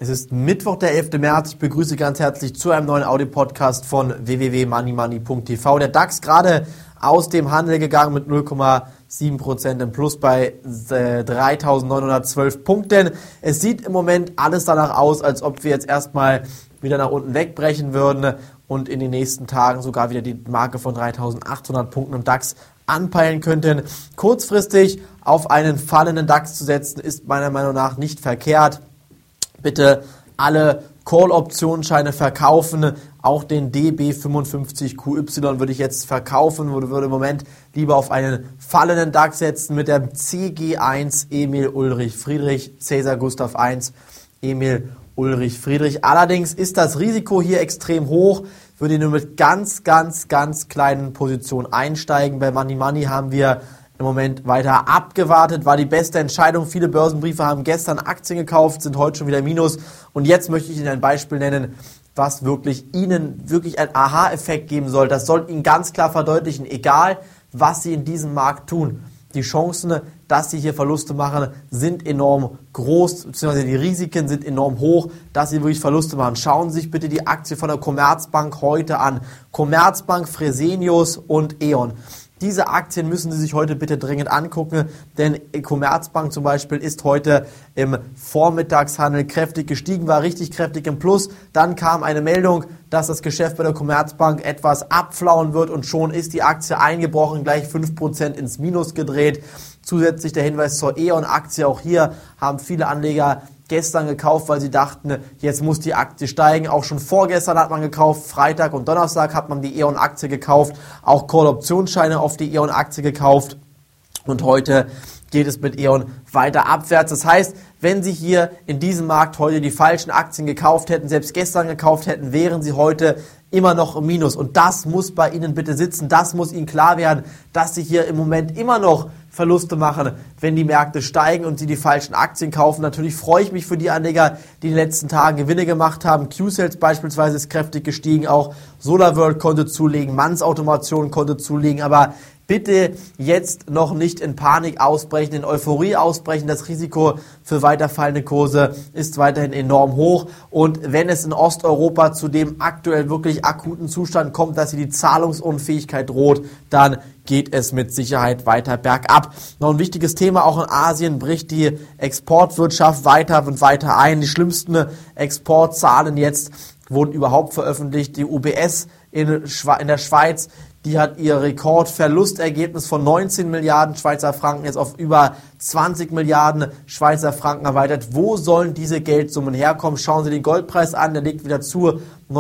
Es ist Mittwoch, der 11. März. Ich begrüße ganz herzlich zu einem neuen Audio-Podcast von www.moneymoney.tv. Der DAX gerade aus dem Handel gegangen mit 0,7% im Plus bei 3.912 Punkten. Es sieht im Moment alles danach aus, als ob wir jetzt erstmal wieder nach unten wegbrechen würden und in den nächsten Tagen sogar wieder die Marke von 3.800 Punkten im DAX anpeilen könnten. Kurzfristig auf einen fallenden DAX zu setzen, ist meiner Meinung nach nicht verkehrt. Bitte alle Call-Optionsscheine verkaufen, auch den DB55QY würde ich jetzt verkaufen, würde im Moment lieber auf einen fallenden DAX setzen mit der CG1 Emil Ulrich Friedrich, Cäsar Gustav 1 Emil Ulrich Friedrich. Allerdings ist das Risiko hier extrem hoch, würde nur mit ganz kleinen Positionen einsteigen. Bei Money Money haben wir im Moment weiter abgewartet, war die beste Entscheidung. Viele Börsenbriefe haben gestern Aktien gekauft, sind heute schon wieder minus. Und jetzt möchte ich Ihnen ein Beispiel nennen, was Ihnen wirklich einen Aha-Effekt geben soll. Das soll Ihnen ganz klar verdeutlichen, egal was Sie in diesem Markt tun. Die Chancen, dass Sie hier Verluste machen, sind enorm groß, beziehungsweise die Risiken sind enorm hoch, dass Sie wirklich Verluste machen. Schauen Sie sich bitte die Aktie von der Commerzbank heute an. Commerzbank, Fresenius und E.ON. Diese Aktien müssen Sie sich heute bitte dringend angucken, denn Commerzbank zum Beispiel ist heute im Vormittagshandel kräftig gestiegen, war richtig kräftig im Plus. Dann kam eine Meldung, dass das Geschäft bei der Commerzbank etwas abflauen wird und schon ist die Aktie eingebrochen, gleich 5% ins Minus gedreht. Zusätzlich der Hinweis zur E.ON-Aktie, auch hier haben viele Anleger gestern gekauft, weil sie dachten, jetzt muss die Aktie steigen. Auch schon vorgestern hat man gekauft, Freitag und Donnerstag hat man die E.ON-Aktie gekauft, auch Call-Optionsscheine auf die E.ON-Aktie gekauft und heute geht es mit E.ON weiter abwärts. Das heißt, wenn Sie hier in diesem Markt heute die falschen Aktien gekauft hätten, selbst gestern gekauft hätten, wären Sie heute immer noch im Minus. Und das muss bei Ihnen bitte sitzen, das muss Ihnen klar werden, dass Sie hier im Moment immer noch Verluste machen, wenn die Märkte steigen und Sie die falschen Aktien kaufen. Natürlich freue ich mich für die Anleger, die in den letzten Tagen Gewinne gemacht haben. Qcells beispielsweise ist kräftig gestiegen, auch SolarWorld konnte zulegen, Manns Automation konnte zulegen, aber bitte jetzt noch nicht in Panik ausbrechen, in Euphorie ausbrechen. Das Risiko für weiter fallende Kurse ist weiterhin enorm hoch. Und wenn es in Osteuropa zu dem aktuell wirklich akuten Zustand kommt, dass hier die Zahlungsunfähigkeit droht, dann geht es mit Sicherheit weiter bergab. Noch ein wichtiges Thema, auch in Asien bricht die Exportwirtschaft weiter und weiter ein. Die schlimmsten Exportzahlen jetzt wurden überhaupt veröffentlicht. Die UBS in der Schweiz, die hat ihr Rekordverlustergebnis von 19 Milliarden Schweizer Franken jetzt auf über 20 Milliarden Schweizer Franken erweitert. Wo sollen diese Geldsummen herkommen? Schauen Sie den Goldpreis an, der liegt wieder zu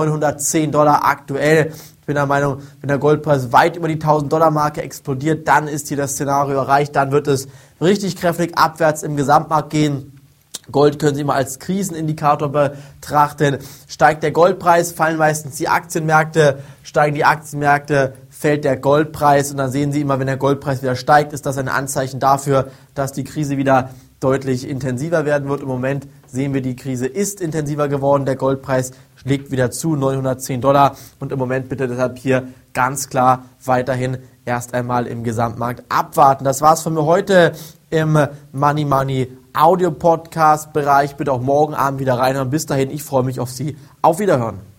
$910 aktuell. Ich bin der Meinung, wenn der Goldpreis weit über die $1.000-Marke explodiert, dann ist hier das Szenario erreicht. Dann wird es richtig kräftig abwärts im Gesamtmarkt gehen. Gold können Sie immer als Krisenindikator betrachten. Steigt der Goldpreis, fallen meistens die Aktienmärkte. Steigen die Aktienmärkte, fällt der Goldpreis. Und dann sehen Sie immer, wenn der Goldpreis wieder steigt, ist das ein Anzeichen dafür, dass die Krise wieder deutlich intensiver werden wird. Im Moment sehen wir, die Krise ist intensiver geworden. Der Goldpreis schlägt wieder zu, $910. Und im Moment bitte deshalb hier ganz klar weiterhin erst einmal im Gesamtmarkt abwarten. Das war's von mir heute im Money Money Audio-Podcast-Bereich. Bitte auch morgen Abend wieder reinhören. Bis dahin, ich freue mich auf Sie. Auf Wiederhören.